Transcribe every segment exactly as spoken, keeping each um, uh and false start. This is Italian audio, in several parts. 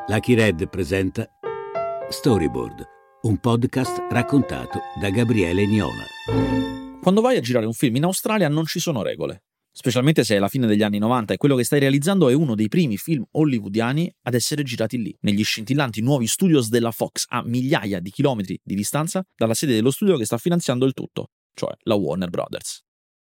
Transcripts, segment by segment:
Lucky Red presenta Storyboard, un podcast raccontato da Gabriele Niola. Quando vai a girare un film in Australia non ci sono regole, specialmente se è la fine degli anni novanta e quello che stai realizzando è uno dei primi film hollywoodiani ad essere girati lì, negli scintillanti nuovi studios della Fox a migliaia di chilometri di distanza dalla sede dello studio che sta finanziando il tutto, cioè la Warner Brothers.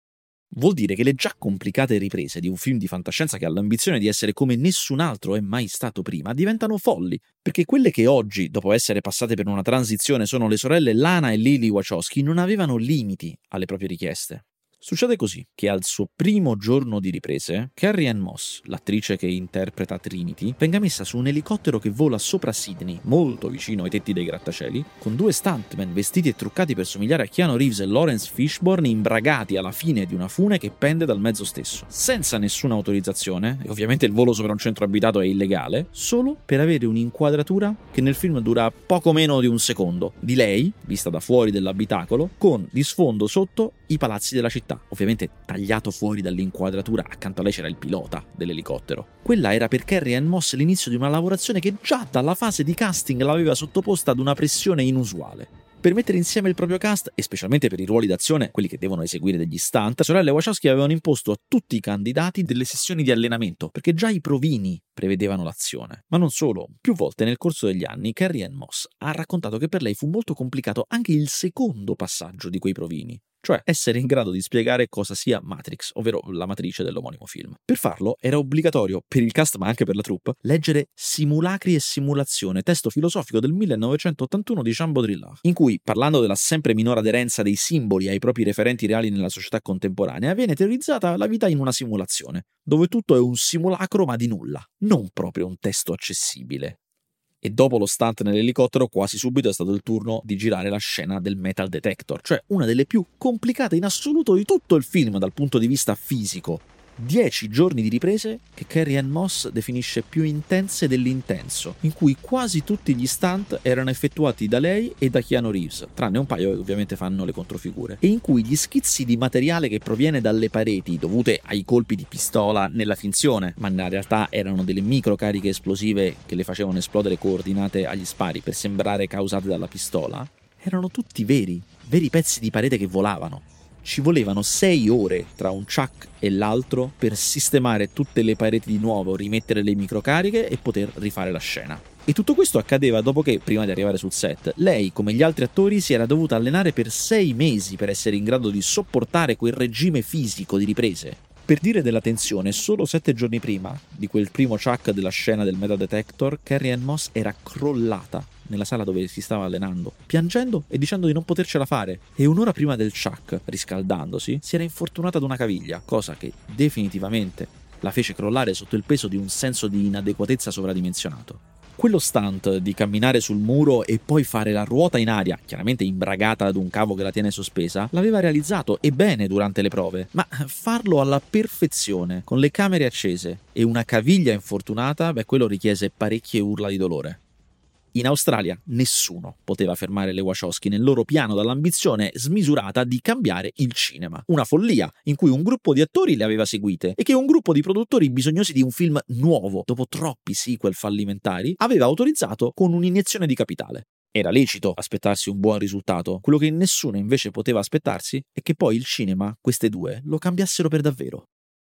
Vuol dire che le già complicate riprese di un film di fantascienza che ha l'ambizione di essere come nessun altro è mai stato prima diventano folli, perché quelle che oggi, dopo essere passate per una transizione, sono le sorelle Lana e Lily Wachowski, non avevano limiti alle proprie richieste. Succede così che al suo primo giorno di riprese, Carrie-Anne Moss, l'attrice che interpreta Trinity, venga messa su un elicottero che vola sopra Sydney, molto vicino ai tetti dei grattacieli, con due stuntmen vestiti e truccati per somigliare a Keanu Reeves e Lawrence Fishburne imbragati alla fine di una fune che pende dal mezzo stesso, senza nessuna autorizzazione, e ovviamente il volo sopra un centro abitato è illegale, solo per avere un'inquadratura che nel film dura poco meno di un secondo, di lei, vista da fuori dell'abitacolo, con di sfondo sotto i palazzi della città. Ovviamente tagliato fuori dall'inquadratura, accanto a lei c'era il pilota dell'elicottero. Quella era per Carrie-Anne Moss l'inizio di una lavorazione che già dalla fase di casting l'aveva sottoposta ad una pressione inusuale. Per mettere insieme il proprio cast, e specialmente per i ruoli d'azione, quelli che devono eseguire degli stunt, le sorelle Wachowski avevano imposto a tutti i candidati delle sessioni di allenamento, perché già i provini prevedevano l'azione. Ma non solo, più volte nel corso degli anni Carrie-Anne Moss ha raccontato che per lei fu molto complicato anche il secondo passaggio di quei provini, cioè essere in grado di spiegare cosa sia Matrix, ovvero la matrice dell'omonimo film. Per farlo era obbligatorio, per il cast ma anche per la troupe, leggere Simulacri e simulazione, testo filosofico del millenovecentottantuno di Jean Baudrillard, in cui, parlando della sempre minore aderenza dei simboli ai propri referenti reali nella società contemporanea, viene teorizzata la vita in una simulazione, dove tutto è un simulacro ma di nulla, non proprio un testo accessibile. E dopo lo stunt nell'elicottero, quasi subito è stato il turno di girare la scena del metal detector, cioè una delle più complicate in assoluto di tutto il film dal punto di vista fisico. Dieci giorni di riprese che Carrie-Anne Moss definisce più intense dell'intenso, in cui quasi tutti gli stunt erano effettuati da lei e da Keanu Reeves, tranne un paio che ovviamente fanno le controfigure, e in cui gli schizzi di materiale che proviene dalle pareti, dovute ai colpi di pistola nella finzione, ma in realtà erano delle microcariche esplosive che le facevano esplodere coordinate agli spari per sembrare causate dalla pistola, erano tutti veri, veri pezzi di parete che volavano. Ci volevano sei ore tra un chuck e l'altro per sistemare tutte le pareti di nuovo, rimettere le microcariche e poter rifare la scena. E tutto questo accadeva dopo che, prima di arrivare sul set, lei, come gli altri attori, si era dovuta allenare per sei mesi per essere in grado di sopportare quel regime fisico di riprese. Per dire della tensione, solo sette giorni prima di quel primo chuck della scena del metal detector, Carrie-Anne Moss era crollata nella sala dove si stava allenando, piangendo e dicendo di non potercela fare. E un'ora prima del chuck, riscaldandosi, si era infortunata ad una caviglia, cosa che definitivamente la fece crollare sotto il peso di un senso di inadeguatezza sovradimensionato. Quello stunt di camminare sul muro e poi fare la ruota in aria, chiaramente imbragata ad un cavo che la tiene sospesa, l'aveva realizzato e bene durante le prove, ma farlo alla perfezione, con le camere accese e una caviglia infortunata, beh, quello richiese parecchie urla di dolore. In Australia nessuno poteva fermare le Wachowski nel loro piano dall'ambizione smisurata di cambiare il cinema. Una follia in cui un gruppo di attori le aveva seguite e che un gruppo di produttori bisognosi di un film nuovo, dopo troppi sequel fallimentari, aveva autorizzato con un'iniezione di capitale. Era lecito aspettarsi un buon risultato. Quello che nessuno invece poteva aspettarsi è che poi il cinema, queste due, lo cambiassero per davvero.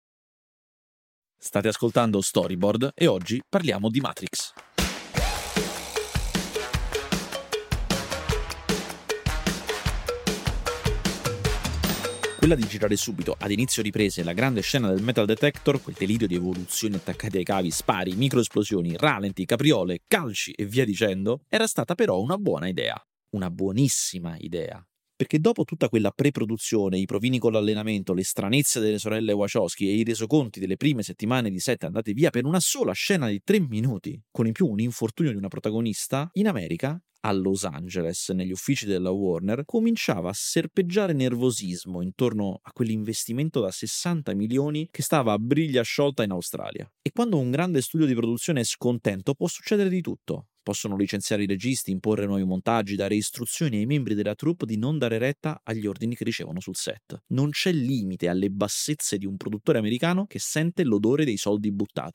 State ascoltando Storyboard e oggi parliamo di Matrix. Quella di girare subito, ad inizio riprese, la grande scena del metal detector, quel delirio di evoluzioni attaccate ai cavi, spari, microesplosioni, ralenti, capriole, calci e via dicendo, era stata però una buona idea. Una buonissima idea. Perché dopo tutta quella pre-produzione, i provini con l'allenamento, le stranezze delle sorelle Wachowski e i resoconti delle prime settimane di set andate via per una sola scena di tre minuti, con in più un infortunio di una protagonista, in America, a Los Angeles, negli uffici della Warner, cominciava a serpeggiare nervosismo intorno a quell'investimento da sessanta milioni che stava a briglia sciolta in Australia. E quando un grande studio di produzione è scontento può succedere di tutto. Possono licenziare i registi, imporre nuovi montaggi, dare istruzioni ai membri della troupe di non dare retta agli ordini che ricevono sul set. Non c'è limite alle bassezze di un produttore americano che sente l'odore dei soldi buttati.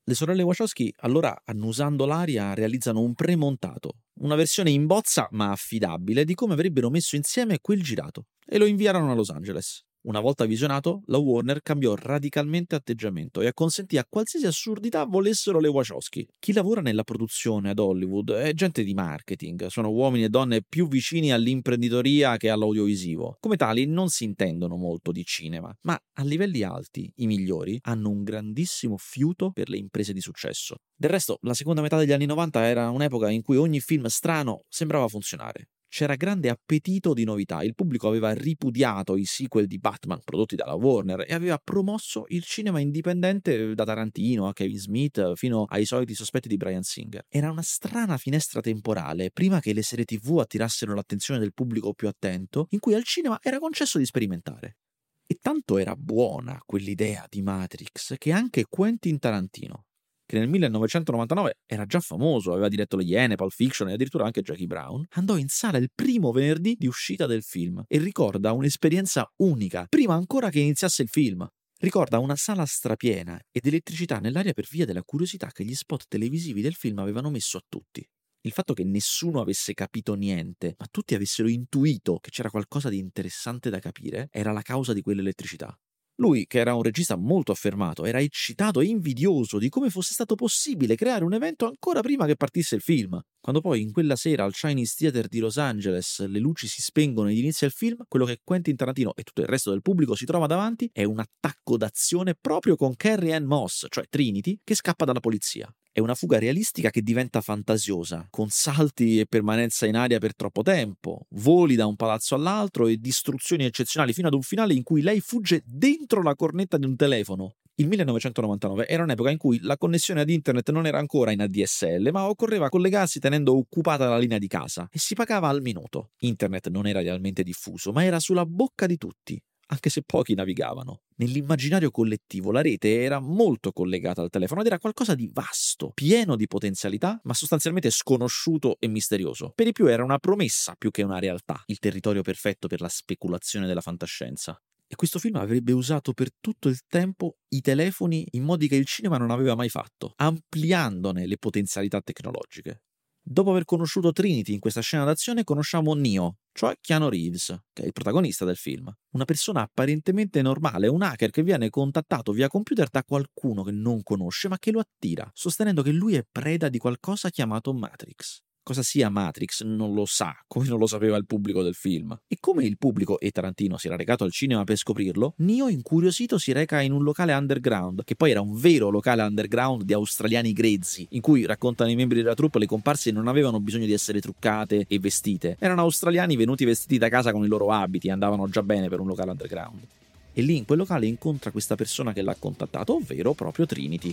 Le sorelle Wachowski allora, annusando l'aria, realizzano un premontato, una versione in bozza ma affidabile di come avrebbero messo insieme quel girato, e lo inviarono a Los Angeles. Una volta visionato, la Warner cambiò radicalmente atteggiamento e acconsentì a qualsiasi assurdità volessero le Wachowski. Chi lavora nella produzione ad Hollywood è gente di marketing, sono uomini e donne più vicini all'imprenditoria che all'audiovisivo. Come tali non si intendono molto di cinema, ma a livelli alti i migliori hanno un grandissimo fiuto per le imprese di successo. Del resto, la seconda metà degli anni novanta era un'epoca in cui ogni film strano sembrava funzionare. C'era grande appetito di novità, il pubblico aveva ripudiato i sequel di Batman prodotti dalla Warner e aveva promosso il cinema indipendente da Tarantino a Kevin Smith fino ai soliti sospetti di Bryan Singer. Era una strana finestra temporale, prima che le serie tivù attirassero l'attenzione del pubblico più attento, in cui al cinema era concesso di sperimentare. E tanto era buona quell'idea di Matrix che anche Quentin Tarantino, che nel millenovecentonovantanove era già famoso, aveva diretto Le Iene, Pulp Fiction e addirittura anche Jackie Brown, andò in sala il primo venerdì di uscita del film e ricorda un'esperienza unica, prima ancora che iniziasse il film. Ricorda una sala strapiena ed elettricità nell'aria per via della curiosità che gli spot televisivi del film avevano messo a tutti. Il fatto che nessuno avesse capito niente, ma tutti avessero intuito che c'era qualcosa di interessante da capire, era la causa di quell'elettricità. Lui, che era un regista molto affermato, era eccitato e invidioso di come fosse stato possibile creare un evento ancora prima che partisse il film. Quando poi in quella sera al Chinese Theater di Los Angeles le luci si spengono ed inizia il film, quello che Quentin Tarantino e tutto il resto del pubblico si trova davanti è un attacco d'azione proprio con Carrie Ann Moss, cioè Trinity, che scappa dalla polizia. È una fuga realistica che diventa fantasiosa, con salti e permanenza in aria per troppo tempo, voli da un palazzo all'altro e distruzioni eccezionali fino ad un finale in cui lei fugge dentro la cornetta di un telefono. Il millenovecentonovantanove era un'epoca in cui la connessione ad internet non era ancora in A D S L, ma occorreva collegarsi tenendo occupata la linea di casa e si pagava al minuto. Internet non era realmente diffuso, ma era sulla bocca di tutti, anche se pochi navigavano. Nell'immaginario collettivo la rete era molto collegata al telefono ed era qualcosa di vasto, pieno di potenzialità, ma sostanzialmente sconosciuto e misterioso. Per di più era una promessa più che una realtà, il territorio perfetto per la speculazione della fantascienza. E questo film avrebbe usato per tutto il tempo i telefoni in modi che il cinema non aveva mai fatto, ampliandone le potenzialità tecnologiche. Dopo aver conosciuto Trinity in questa scena d'azione, conosciamo Neo, cioè Keanu Reeves, che è il protagonista del film. Una persona apparentemente normale, un hacker che viene contattato via computer da qualcuno che non conosce ma che lo attira, sostenendo che lui è preda di qualcosa chiamato Matrix. Cosa sia Matrix non lo sa, come non lo sapeva il pubblico del film. E come il pubblico e Tarantino si era recato al cinema per scoprirlo, Neo incuriosito si reca in un locale underground, che poi era un vero locale underground di australiani grezzi, in cui, raccontano i membri della troupe, le comparse non avevano bisogno di essere truccate e vestite. Erano australiani venuti vestiti da casa con i loro abiti e andavano già bene per un locale underground. E lì in quel locale incontra questa persona che l'ha contattato, ovvero proprio Trinity.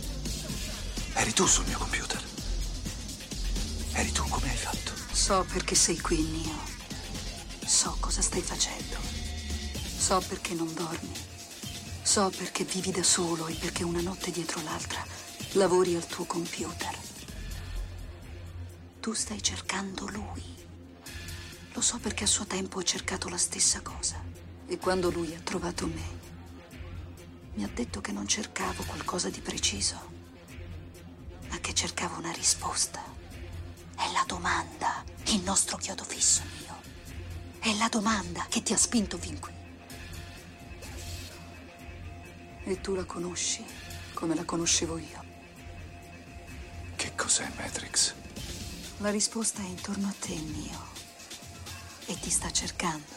Eri tu sul mio computer? Eri tu, come hai fatto? So perché sei qui, Neo. So cosa stai facendo. So perché non dormi. So perché vivi da solo e perché una notte dietro l'altra lavori al tuo computer. Tu stai cercando lui. Lo so perché a suo tempo ho cercato la stessa cosa. E quando lui ha trovato me, mi ha detto che non cercavo qualcosa di preciso, ma che cercavo una risposta. È la domanda, il nostro chiodo fisso, Neo. È la domanda che ti ha spinto fin qui. E tu la conosci come la conoscevo io. Che cos'è Matrix? La risposta è intorno a te, Neo. E ti sta cercando.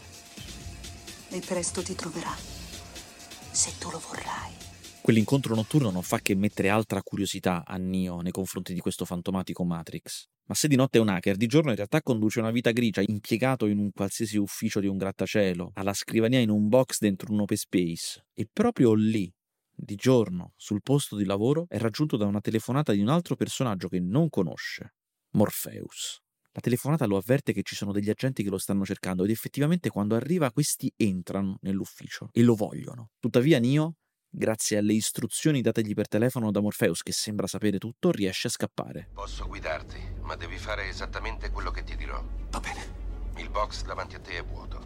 E presto ti troverà, se tu lo vorrai. Quell'incontro notturno non fa che mettere altra curiosità a Neo nei confronti di questo fantomatico Matrix. Ma se di notte è un hacker, di giorno in realtà conduce una vita grigia, impiegato in un qualsiasi ufficio di un grattacielo, alla scrivania in un box dentro un open space. E proprio lì, di giorno, sul posto di lavoro, è raggiunto da una telefonata di un altro personaggio che non conosce, Morpheus. La telefonata lo avverte che ci sono degli agenti che lo stanno cercando ed effettivamente quando arriva questi entrano nell'ufficio e lo vogliono. Tuttavia Neo, grazie alle istruzioni dategli per telefono da Morpheus, che sembra sapere tutto, riesce a scappare. Posso guidarti, ma devi fare esattamente quello che ti dirò. Va bene. Il box davanti a te è vuoto.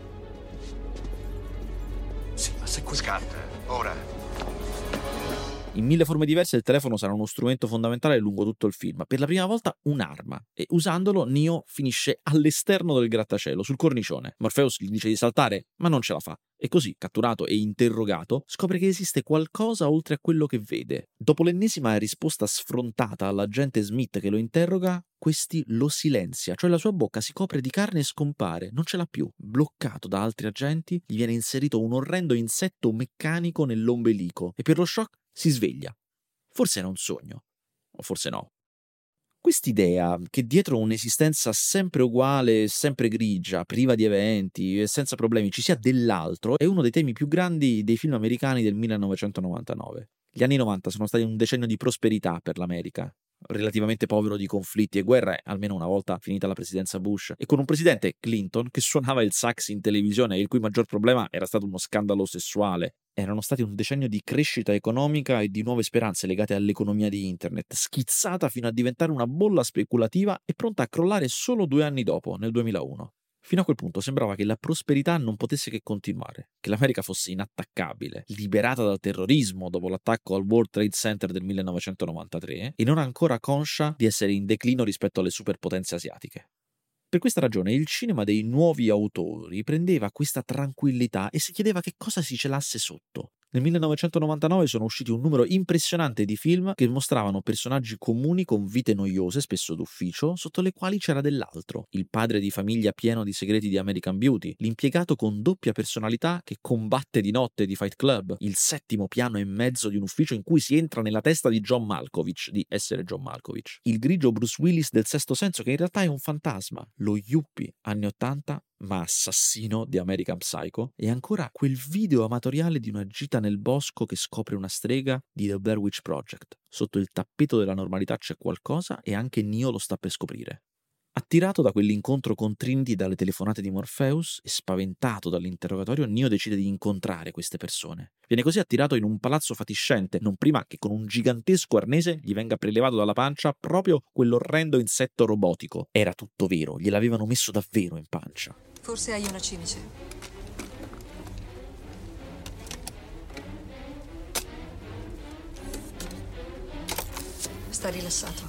Sì, ma se qui... Scatta, ora. In mille forme diverse il telefono sarà uno strumento fondamentale lungo tutto il film, per la prima volta un'arma, e usandolo Neo finisce all'esterno del grattacielo, sul cornicione. Morpheus gli dice di saltare, ma non ce la fa. E così, catturato e interrogato, scopre che esiste qualcosa oltre a quello che vede. Dopo l'ennesima risposta sfrontata all'agente Smith che lo interroga, questi lo silenzia, cioè la sua bocca si copre di carne e scompare, non ce l'ha più. Bloccato da altri agenti, gli viene inserito un orrendo insetto meccanico nell'ombelico e per lo shock si sveglia. Forse era un sogno, o forse no. Quest'idea che dietro un'esistenza sempre uguale, sempre grigia, priva di eventi e senza problemi ci sia dell'altro è uno dei temi più grandi dei film americani del millenovecentonovantanove. Gli anni novanta sono stati un decennio di prosperità per l'America, relativamente povero di conflitti e guerre, almeno una volta finita la presidenza Bush, e con un presidente, Clinton, che suonava il sax in televisione e il cui maggior problema era stato uno scandalo sessuale. Erano stati un decennio di crescita economica e di nuove speranze legate all'economia di internet, schizzata fino a diventare una bolla speculativa e pronta a crollare solo due anni dopo, nel duemilauno. Fino a quel punto sembrava che la prosperità non potesse che continuare, che l'America fosse inattaccabile, liberata dal terrorismo dopo l'attacco al World Trade Center del millenovecentonovantatré e non ancora conscia di essere in declino rispetto alle superpotenze asiatiche. Per questa ragione il cinema dei nuovi autori prendeva questa tranquillità e si chiedeva che cosa si celasse sotto. Nel millenovecentonovantanove sono usciti un numero impressionante di film che mostravano personaggi comuni con vite noiose, spesso d'ufficio, sotto le quali c'era dell'altro. Il padre di famiglia pieno di segreti di American Beauty, l'impiegato con doppia personalità che combatte di notte di Fight Club, il settimo piano e mezzo di un ufficio in cui si entra nella testa di John Malkovich, di essere John Malkovich. Il grigio Bruce Willis del Sesto Senso che in realtà è un fantasma. Lo yuppie anni ottanta ma assassino di American Psycho, e ancora quel video amatoriale di una gita nel bosco che scopre una strega di The Blair Witch Project. Sotto il tappeto della normalità c'è qualcosa e anche Neo lo sta per scoprire. Attirato da quell'incontro con Trinity dalle telefonate di Morpheus e spaventato dall'interrogatorio, Neo decide di incontrare queste persone. Viene così attirato in un palazzo fatiscente, non prima che con un gigantesco arnese gli venga prelevato dalla pancia proprio quell'orrendo insetto robotico. Era tutto vero, gliel'avevano messo davvero in pancia. Forse hai una cimice. Sta rilassato.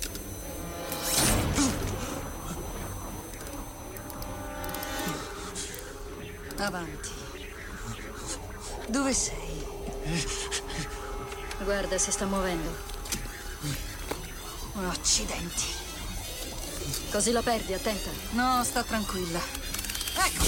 Avanti. Dove sei? Guarda, si sta muovendo. Accidenti. Così la perdi, attenta. No, sta tranquilla. Ecco.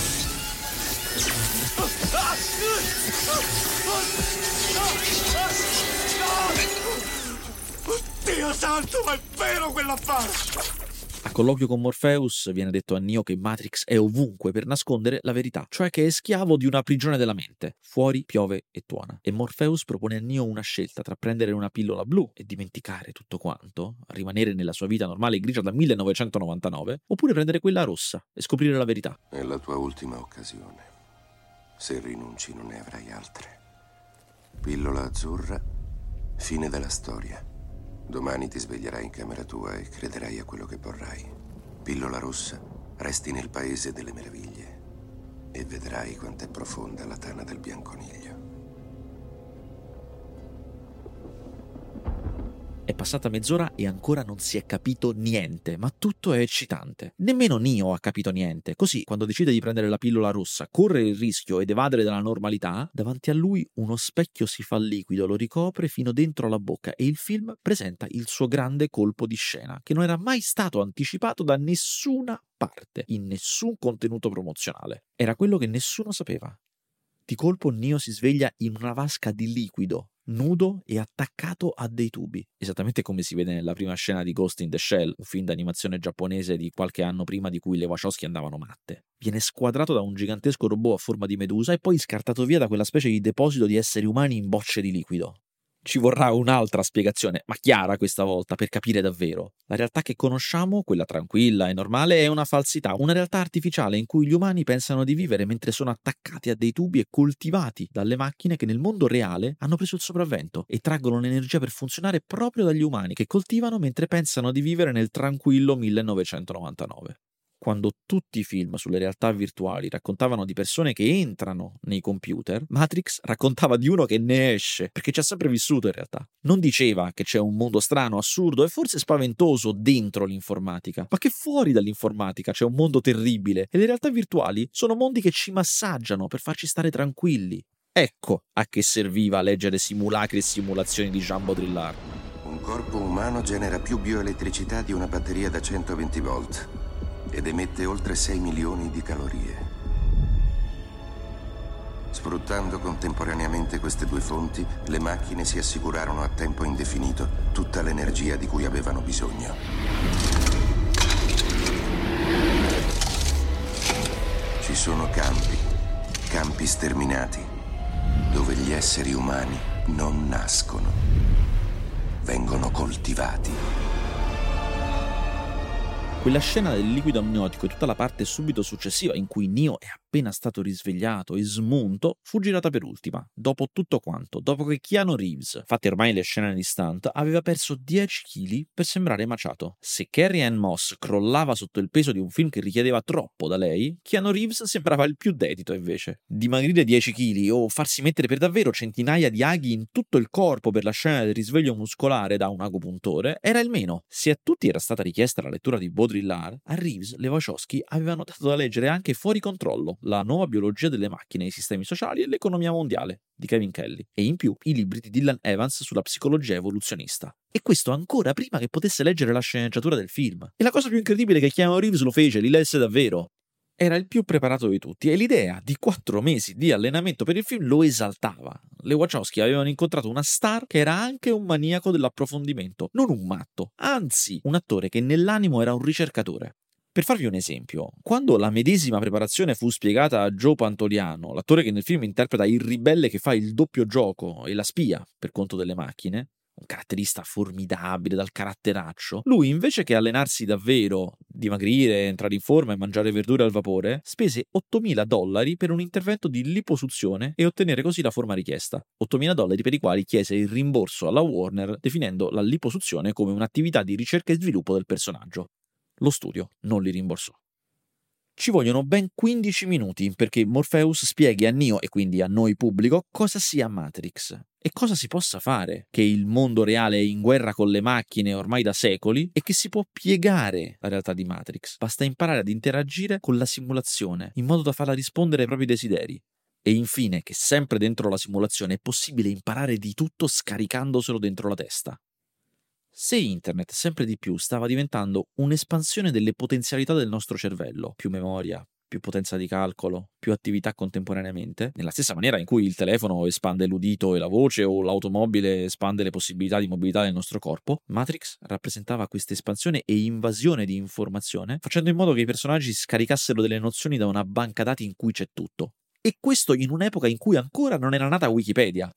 Dio santo, ma è vero quell'affare! A colloquio con Morpheus viene detto a Neo che Matrix è ovunque per nascondere la verità, cioè che è schiavo di una prigione della mente. Fuori piove e tuona. E Morpheus propone a Neo una scelta tra prendere una pillola blu e dimenticare tutto quanto, rimanere nella sua vita normale e grigia dal millenovecentonovantanove, oppure prendere quella rossa e scoprire la verità. È la tua ultima occasione. Se rinunci non ne avrai altre. Pillola azzurra, fine della storia. Domani ti sveglierai in camera tua e crederai a quello che vorrai. Pillola rossa, resti nel paese delle meraviglie e vedrai quanto è profonda la tana del bianconiglio. È passata mezz'ora e ancora non si è capito niente, ma tutto è eccitante. Nemmeno Neo ha capito niente. Così, quando decide di prendere la pillola rossa, corre il rischio ed evadere dalla normalità, davanti a lui uno specchio si fa liquido, lo ricopre fino dentro la bocca e il film presenta il suo grande colpo di scena, che non era mai stato anticipato da nessuna parte, in nessun contenuto promozionale. Era quello che nessuno sapeva. Di colpo Neo si sveglia in una vasca di liquido, nudo e attaccato a dei tubi, esattamente come si vede nella prima scena di Ghost in the Shell, un film d'animazione giapponese di qualche anno prima di cui le Wachowski andavano matte. Viene squadrato da un gigantesco robot a forma di medusa e poi scartato via da quella specie di deposito di esseri umani in bocce di liquido. Ci vorrà un'altra spiegazione, ma chiara questa volta, per capire davvero. La realtà che conosciamo, quella tranquilla e normale, è una falsità, una realtà artificiale in cui gli umani pensano di vivere mentre sono attaccati a dei tubi e coltivati dalle macchine che nel mondo reale hanno preso il sopravvento e traggono l'energia per funzionare proprio dagli umani che coltivano mentre pensano di vivere nel tranquillo millenovecentonovantanove. Quando tutti i film sulle realtà virtuali raccontavano di persone che entrano nei computer, Matrix raccontava di uno che ne esce, perché ci ha sempre vissuto in realtà. Non diceva che c'è un mondo strano, assurdo e forse spaventoso dentro l'informatica, ma che fuori dall'informatica c'è un mondo terribile e le realtà virtuali sono mondi che ci massaggiano per farci stare tranquilli. Ecco a che serviva leggere simulacri e simulazioni di Jean Baudrillard. Un corpo umano genera più bioelettricità di una batteria da centoventi volt ed emette oltre sei milioni di calorie. Sfruttando contemporaneamente queste due fonti, le macchine si assicurarono a tempo indefinito tutta l'energia di cui avevano bisogno. Ci sono campi, campi sterminati, dove gli esseri umani non nascono, vengono coltivati. Quella scena del liquido amniotico e tutta la parte subito successiva in cui Neo è appena stato risvegliato e smunto fu girata per ultima, dopo tutto quanto, dopo che Keanu Reeves, fatte ormai le scene di stunt, aveva perso dieci chili per sembrare emaciato. Se Carrie-Anne Moss crollava sotto il peso di un film che richiedeva troppo da lei, Keanu Reeves sembrava il più dedito invece. Dimagrire dieci chili o farsi mettere per davvero centinaia di aghi in tutto il corpo per la scena del risveglio muscolare da un agopuntore era il meno. Se a tutti era stata richiesta la lettura di Baudrillard, a Reeves le Wachowski avevano dato da leggere anche Fuori controllo, la nuova biologia delle macchine, i sistemi sociali e l'economia mondiale di Kevin Kelly, e in più i libri di Dylan Evans sulla psicologia evoluzionista. E questo ancora prima che potesse leggere la sceneggiatura del film. E la cosa più incredibile è che Keanu Reeves lo fece, li lesse davvero. Era il più preparato di tutti e l'idea di quattro mesi di allenamento per il film lo esaltava. Le Wachowski avevano incontrato una star che era anche un maniaco dell'approfondimento, non un matto, anzi un attore che nell'animo era un ricercatore. Per farvi un esempio, quando la medesima preparazione fu spiegata a Joe Pantoliano, l'attore che nel film interpreta il ribelle che fa il doppio gioco e la spia per conto delle macchine, un caratterista formidabile dal caratteraccio, lui invece che allenarsi davvero, dimagrire, entrare in forma e mangiare verdure al vapore, spese ottomila dollari per un intervento di liposuzione e ottenere così la forma richiesta. ottomila dollari per i quali chiese il rimborso alla Warner definendo la liposuzione come un'attività di ricerca e sviluppo del personaggio. Lo studio non li rimborsò. Ci vogliono ben quindici minuti perché Morpheus spieghi a Neo e quindi a noi pubblico cosa sia Matrix e cosa si possa fare, che il mondo reale è in guerra con le macchine ormai da secoli e che si può piegare la realtà di Matrix. Basta imparare ad interagire con la simulazione in modo da farla rispondere ai propri desideri. E infine che sempre dentro la simulazione è possibile imparare di tutto scaricandoselo dentro la testa. Se internet sempre di più stava diventando un'espansione delle potenzialità del nostro cervello, più memoria, più potenza di calcolo, più attività contemporaneamente, nella stessa maniera in cui il telefono espande l'udito e la voce o l'automobile espande le possibilità di mobilità del nostro corpo, Matrix rappresentava questa espansione e invasione di informazione, facendo in modo che i personaggi scaricassero delle nozioni da una banca dati in cui c'è tutto. E questo in un'epoca in cui ancora non era nata Wikipedia.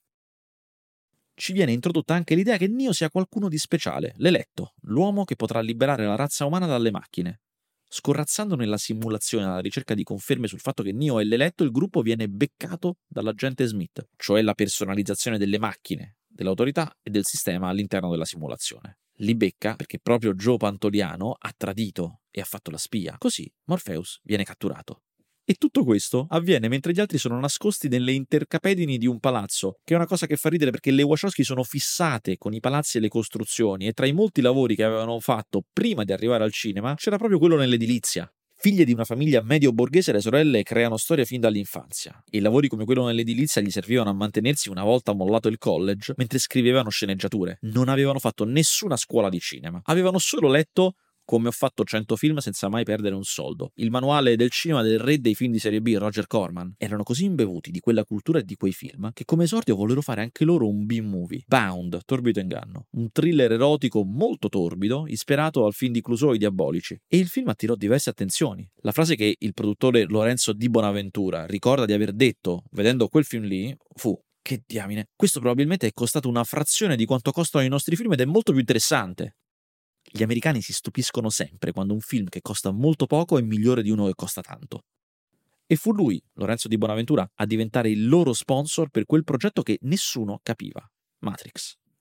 Ci viene introdotta anche l'idea che Neo sia qualcuno di speciale, l'eletto, l'uomo che potrà liberare la razza umana dalle macchine. Scorrazzando nella simulazione alla ricerca di conferme sul fatto che Neo è l'eletto, il gruppo viene beccato dall'agente Smith, cioè la personalizzazione delle macchine, dell'autorità e del sistema all'interno della simulazione. Li becca perché proprio Joe Pantoliano ha tradito e ha fatto la spia. Così Morpheus viene catturato. E tutto questo avviene mentre gli altri sono nascosti nelle intercapedini di un palazzo, che è una cosa che fa ridere perché le Wachowski sono fissate con i palazzi e le costruzioni e tra i molti lavori che avevano fatto prima di arrivare al cinema c'era proprio quello nell'edilizia. Figlie di una famiglia medio borghese, le sorelle creano storia fin dall'infanzia e lavori come quello nell'edilizia gli servivano a mantenersi una volta mollato il college mentre scrivevano sceneggiature. Non avevano fatto nessuna scuola di cinema, avevano solo letto Come ho fatto cento film senza mai perdere un soldo, il manuale del cinema del re dei film di serie B, Roger Corman. Erano così imbevuti di quella cultura e di quei film che come esordio vollero fare anche loro un B-movie, Bound, Torbido Inganno, un thriller erotico molto torbido ispirato al film di Clouseau, I Diabolici, e il film attirò diverse attenzioni. La frase che il produttore Lorenzo Di Bonaventura ricorda di aver detto vedendo quel film lì fu: che diamine, questo probabilmente è costato una frazione di quanto costano i nostri film ed è molto più interessante. Gli americani si stupiscono sempre quando un film che costa molto poco è migliore di uno che costa tanto. E fu lui, Lorenzo Di Bonaventura, a diventare il loro sponsor per quel progetto che nessuno capiva, Matrix.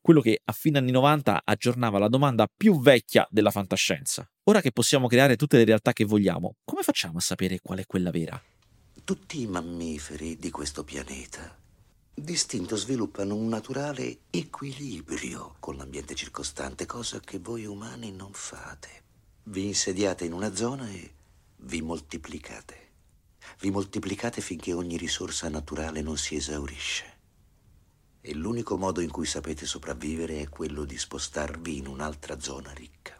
quello che a fine anni novanta aggiornava la domanda più vecchia della fantascienza. Ora che possiamo creare tutte le realtà che vogliamo, come facciamo a sapere qual è quella vera? Tutti i mammiferi di questo pianeta d'istinto sviluppano un naturale equilibrio con l'ambiente circostante, cosa che voi umani non fate. Vi insediate in una zona e vi moltiplicate. Vi moltiplicate finché ogni risorsa naturale non si esaurisce. E l'unico modo in cui sapete sopravvivere è quello di spostarvi in un'altra zona ricca.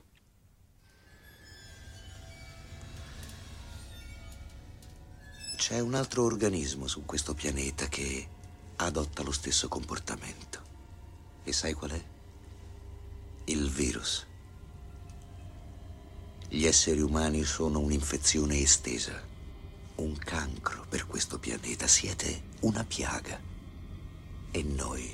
C'è un altro organismo su questo pianeta che adotta lo stesso comportamento. E sai qual è? Il virus. Gli esseri umani sono un'infezione estesa, un cancro per questo pianeta. Siete una piaga e noi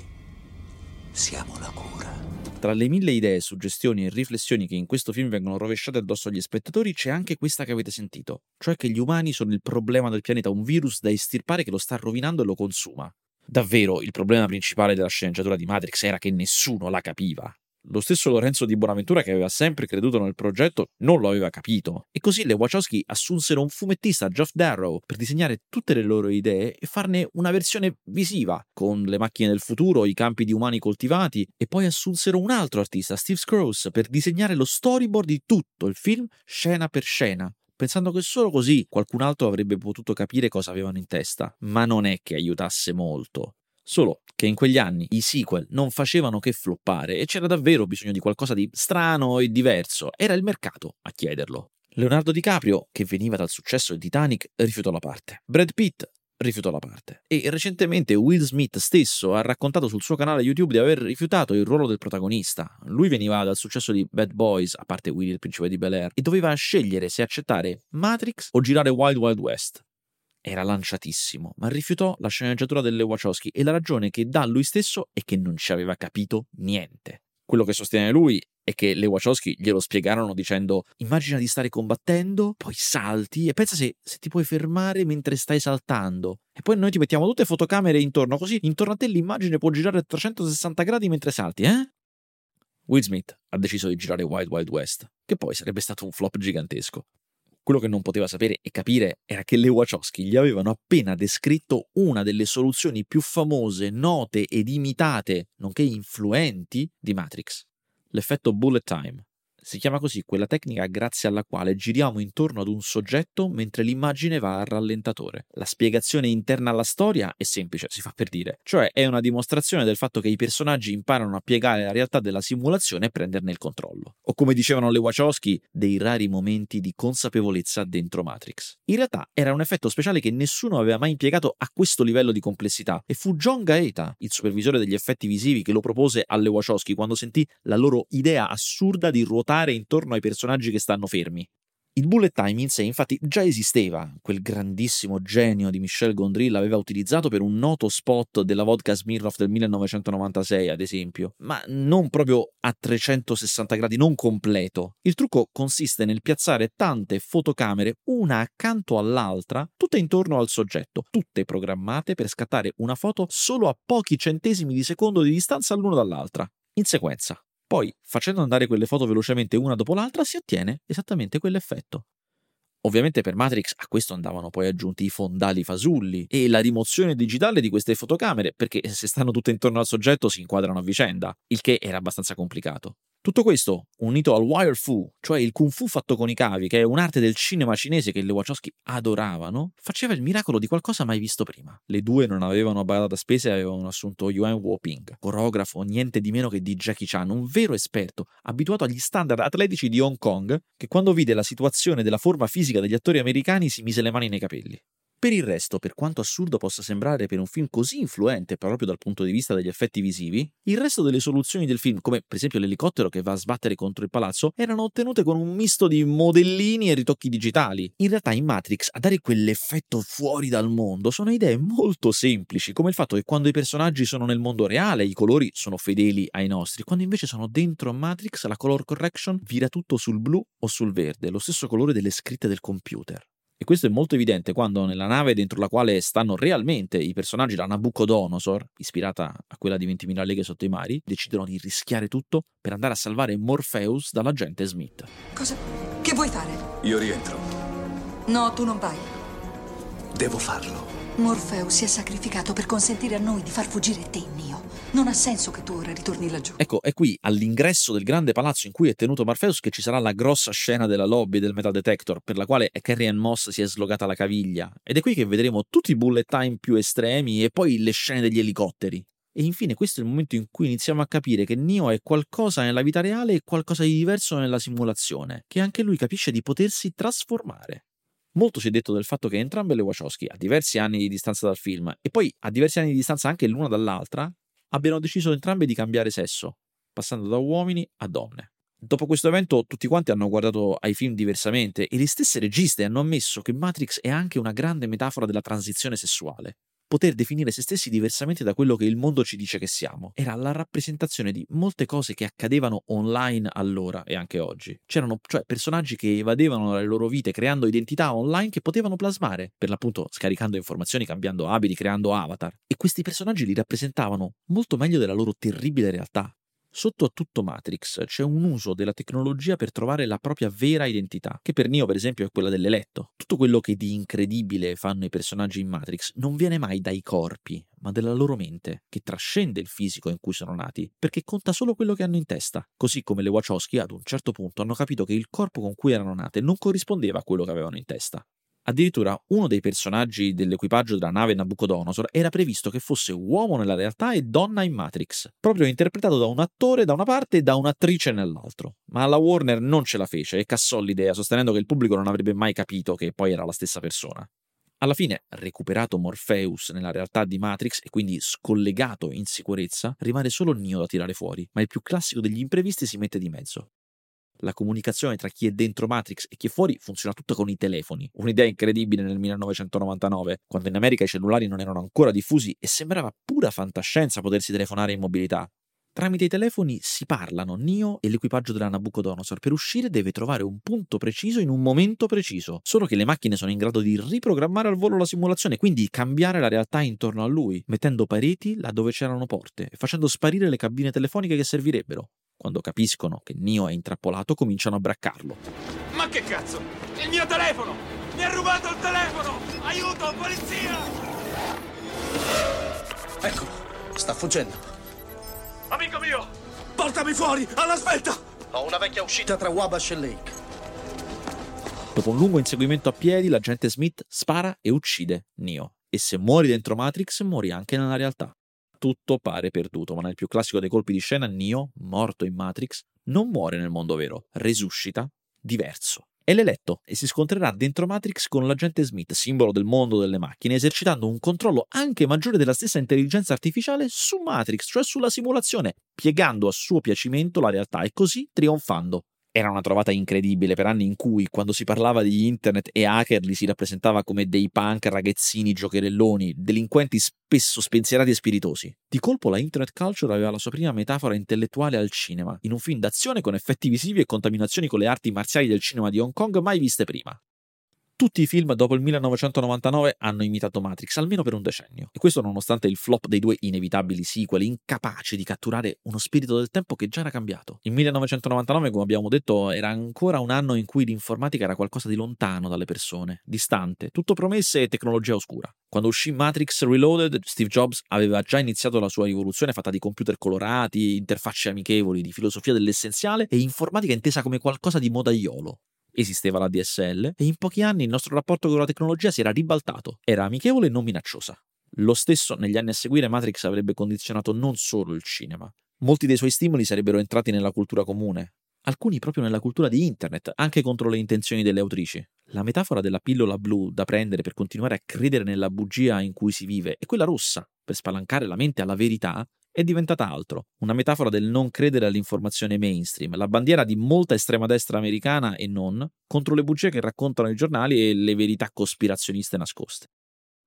siamo la cura. Tra le mille idee, suggestioni e riflessioni che in questo film vengono rovesciate addosso agli spettatori c'è anche questa che avete sentito, cioè che gli umani sono il problema del pianeta, un virus da estirpare che lo sta rovinando e lo consuma. Davvero, il problema principale della sceneggiatura di Matrix era che nessuno la capiva. Lo stesso Lorenzo Di Bonaventura, che aveva sempre creduto nel progetto, non lo aveva capito. E così le Wachowski assunsero un fumettista, Geoff Darrow, per disegnare tutte le loro idee e farne una versione visiva, con le macchine del futuro, i campi di umani coltivati, e poi assunsero un altro artista, Steve Scrooge, per disegnare lo storyboard di tutto il film, scena per scena, pensando che solo così qualcun altro avrebbe potuto capire cosa avevano in testa. Ma non è che aiutasse molto. Solo che in quegli anni i sequel non facevano che floppare e c'era davvero bisogno di qualcosa di strano e diverso. Era il mercato a chiederlo. Leonardo DiCaprio, che veniva dal successo di Titanic, rifiutò la parte. Brad Pitt rifiutò la parte. E recentemente Will Smith stesso ha raccontato sul suo canale YouTube di aver rifiutato il ruolo del protagonista. Lui veniva dal successo di Bad Boys, a parte Willy il principe di Bel-Air, e doveva scegliere se accettare Matrix o girare Wild Wild West. Era lanciatissimo, ma rifiutò la sceneggiatura delle Wachowski e la ragione che dà lui stesso è che non ci aveva capito niente. Quello che sostiene lui è che le Wachowski glielo spiegarono dicendo: immagina di stare combattendo, poi salti e pensa se, se ti puoi fermare mentre stai saltando. E poi noi ti mettiamo tutte fotocamere intorno, così intorno a te l'immagine può girare a trecentosessanta gradi mentre salti, eh? Will Smith ha deciso di girare Wild Wild West, che poi sarebbe stato un flop gigantesco. Quello che non poteva sapere e capire era che le Wachowski gli avevano appena descritto una delle soluzioni più famose, note ed imitate, nonché influenti, di Matrix: l'effetto bullet time. Si chiama così quella tecnica grazie alla quale giriamo intorno ad un soggetto mentre l'immagine va a rallentatore. La spiegazione interna alla storia è semplice, si fa per dire, cioè è una dimostrazione del fatto che i personaggi imparano a piegare la realtà della simulazione e prenderne il controllo. O come dicevano le Wachowski, dei rari momenti di consapevolezza dentro Matrix. In realtà era un effetto speciale che nessuno aveva mai impiegato a questo livello di complessità e fu John Gaeta, il supervisore degli effetti visivi, che lo propose alle Wachowski quando sentì la loro idea assurda di ruotare intorno ai personaggi che stanno fermi. Il bullet time in sé infatti già esisteva, quel grandissimo genio di Michel Gondry l'aveva utilizzato per un noto spot della vodka Smirnoff del millenovecentonovantasei ad esempio, ma non proprio a trecentosessanta gradi, non completo. Il trucco consiste nel piazzare tante fotocamere una accanto all'altra, tutte intorno al soggetto, tutte programmate per scattare una foto solo a pochi centesimi di secondo di distanza l'una dall'altra, in sequenza. Poi, facendo andare quelle foto velocemente una dopo l'altra, si ottiene esattamente quell'effetto. Ovviamente per Matrix a questo andavano poi aggiunti i fondali fasulli e la rimozione digitale di queste fotocamere, perché se stanno tutte intorno al soggetto si inquadrano a vicenda, il che era abbastanza complicato. Tutto questo, unito al wire fu, cioè il kung fu fatto con i cavi, che è un'arte del cinema cinese che le Wachowski adoravano, faceva il miracolo di qualcosa mai visto prima. Le due non avevano badato a spese e avevano assunto Yuen Woo-ping, coreografo niente di meno che di Jackie Chan, un vero esperto, abituato agli standard atletici di Hong Kong, che quando vide la situazione della forma fisica degli attori americani si mise le mani nei capelli. Per il resto, per quanto assurdo possa sembrare per un film così influente proprio dal punto di vista degli effetti visivi, il resto delle soluzioni del film, come per esempio l'elicottero che va a sbattere contro il palazzo, erano ottenute con un misto di modellini e ritocchi digitali. In realtà in Matrix a dare quell'effetto fuori dal mondo sono idee molto semplici, come il fatto che quando i personaggi sono nel mondo reale i colori sono fedeli ai nostri, quando invece sono dentro Matrix la color correction vira tutto sul blu o sul verde, lo stesso colore delle scritte del computer. E questo è molto evidente quando nella nave dentro la quale stanno realmente i personaggi, la Nabucodonosor, ispirata a quella di ventimila leghe sotto i mari, decidono di rischiare tutto per andare a salvare Morpheus dall'agente Smith. Cosa? Che vuoi fare? Io rientro. No, tu non vai. Devo farlo. Morpheus si è sacrificato per consentire a noi di far fuggire te, Neo. Non ha senso che tu ora ritorni laggiù. Ecco, è qui, all'ingresso del grande palazzo in cui è tenuto Morpheus, che ci sarà la grossa scena della lobby del metal detector, per la quale Carrie-Anne Moss si è slogata la caviglia. Ed è qui che vedremo tutti i bullet time più estremi e poi le scene degli elicotteri. E infine questo è il momento in cui iniziamo a capire che Neo è qualcosa nella vita reale e qualcosa di diverso nella simulazione, che anche lui capisce di potersi trasformare. Molto si è detto del fatto che entrambe le Wachowski, a diversi anni di distanza dal film, e poi a diversi anni di distanza anche l'una dall'altra, abbiano deciso entrambe di cambiare sesso, passando da uomini a donne. Dopo questo evento tutti quanti hanno guardato ai film diversamente e le stesse registe hanno ammesso che Matrix è anche una grande metafora della transizione sessuale. Poter definire se stessi diversamente da quello che il mondo ci dice che siamo era la rappresentazione di molte cose che accadevano online allora e anche oggi. C'erano cioè personaggi che evadevano dalle loro vite creando identità online che potevano plasmare, per l'appunto scaricando informazioni, cambiando abiti, creando avatar. E questi personaggi li rappresentavano molto meglio della loro terribile realtà. Sotto a tutto Matrix c'è un uso della tecnologia per trovare la propria vera identità, che per Neo per esempio è quella dell'eletto. Tutto quello che di incredibile fanno i personaggi in Matrix non viene mai dai corpi, ma dalla loro mente, che trascende il fisico in cui sono nati, perché conta solo quello che hanno in testa. Così come le Wachowski ad un certo punto hanno capito che il corpo con cui erano nate non corrispondeva a quello che avevano in testa. Addirittura uno dei personaggi dell'equipaggio della nave Nabucodonosor era previsto che fosse uomo nella realtà e donna in Matrix, proprio interpretato da un attore da una parte e da un'attrice nell'altro. Ma la Warner non ce la fece e cassò l'idea, sostenendo che il pubblico non avrebbe mai capito che poi era la stessa persona. Alla fine, recuperato Morpheus nella realtà di Matrix e quindi scollegato in sicurezza, rimane solo Neo da tirare fuori, ma il più classico degli imprevisti si mette di mezzo. La comunicazione tra chi è dentro Matrix e chi è fuori funziona tutta con i telefoni. Un'idea incredibile nel millenovecentonovantanove, quando in America i cellulari non erano ancora diffusi e sembrava pura fantascienza potersi telefonare in mobilità. Tramite i telefoni si parlano Neo e l'equipaggio della Nabucodonosor. Per uscire deve trovare un punto preciso in un momento preciso. Solo che le macchine sono in grado di riprogrammare al volo la simulazione, quindi cambiare la realtà intorno a lui, mettendo pareti là dove c'erano porte e facendo sparire le cabine telefoniche che servirebbero. Quando capiscono che Neo è intrappolato, cominciano a braccarlo. Ma che cazzo? Il mio telefono! Mi ha rubato il telefono! Aiuto, polizia! Eccolo, sta fuggendo. Amico mio! Portami fuori, alla svelta! Ho una vecchia uscita tra Wabash e Lake. Dopo un lungo inseguimento a piedi, l'agente Smith spara e uccide Neo. E se muori dentro Matrix, muori anche nella realtà. Tutto pare perduto, ma nel più classico dei colpi di scena, Neo, morto in Matrix, non muore nel mondo vero, resuscita diverso. È l'eletto e si scontrerà dentro Matrix con l'agente Smith, simbolo del mondo delle macchine, esercitando un controllo anche maggiore della stessa intelligenza artificiale su Matrix, cioè sulla simulazione, piegando a suo piacimento la realtà e così trionfando. Era una trovata incredibile per anni in cui, quando si parlava di internet e hacker, li si rappresentava come dei punk ragazzini giocherelloni, delinquenti spesso spensierati e spiritosi. Di colpo la internet culture aveva la sua prima metafora intellettuale al cinema, in un film d'azione con effetti visivi e contaminazioni con le arti marziali del cinema di Hong Kong mai viste prima. Tutti i film dopo il millenovecentonovantanove hanno imitato Matrix, almeno per un decennio. E questo nonostante il flop dei due inevitabili sequel, incapaci di catturare uno spirito del tempo che già era cambiato. Il millenovecentonovantanove, come abbiamo detto, era ancora un anno in cui l'informatica era qualcosa di lontano dalle persone, distante, tutto promesse e tecnologia oscura. Quando uscì Matrix Reloaded, Steve Jobs aveva già iniziato la sua rivoluzione fatta di computer colorati, interfacce amichevoli, di filosofia dell'essenziale e informatica intesa come qualcosa di modaiolo. Esisteva la D S L e in pochi anni il nostro rapporto con la tecnologia si era ribaltato. Era amichevole e non minacciosa. Lo stesso negli anni a seguire Matrix avrebbe condizionato non solo il cinema. Molti dei suoi stimoli sarebbero entrati nella cultura comune, alcuni proprio nella cultura di internet, anche contro le intenzioni delle autrici. La metafora della pillola blu da prendere per continuare a credere nella bugia in cui si vive e quella rossa per spalancare la mente alla verità è diventata altro, una metafora del non credere all'informazione mainstream, la bandiera di molta estrema destra americana e non, contro le bugie che raccontano i giornali e le verità cospirazioniste nascoste.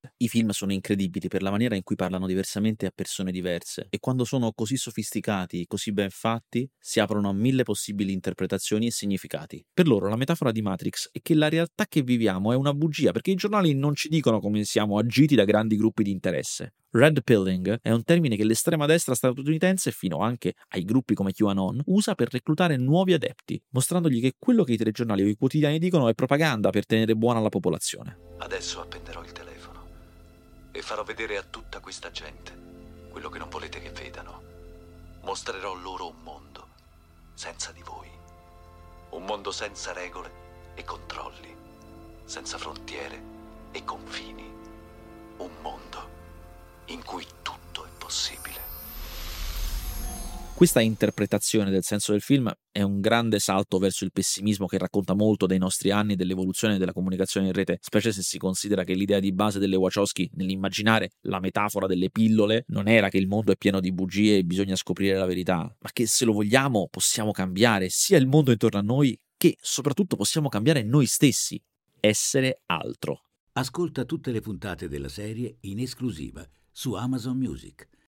I film sono incredibili per la maniera in cui parlano diversamente a persone diverse e quando sono così sofisticati, così ben fatti, si aprono a mille possibili interpretazioni e significati. Per loro la metafora di Matrix è che la realtà che viviamo è una bugia perché i giornali non ci dicono come siamo agiti da grandi gruppi di interesse. Red pilling è un termine che l'estrema destra statunitense, fino anche ai gruppi come QAnon, usa per reclutare nuovi adepti, mostrandogli che quello che i telegiornali o i quotidiani dicono è propaganda per tenere buona la popolazione. Adesso appenderò il telefono e farò vedere a tutta questa gente quello che non volete che vedano. Mostrerò loro un mondo senza di voi. Un mondo senza regole e controlli, senza frontiere e confini. Un mondo in cui tutto è possibile. Questa interpretazione del senso del film è un grande salto verso il pessimismo che racconta molto dei nostri anni e dell'evoluzione della comunicazione in rete, specie se si considera che l'idea di base delle Wachowski nell'immaginare la metafora delle pillole non era che il mondo è pieno di bugie e bisogna scoprire la verità, ma che se lo vogliamo possiamo cambiare sia il mondo intorno a noi che soprattutto possiamo cambiare noi stessi, essere altro. Ascolta tutte le puntate della serie in esclusiva su Amazon Music.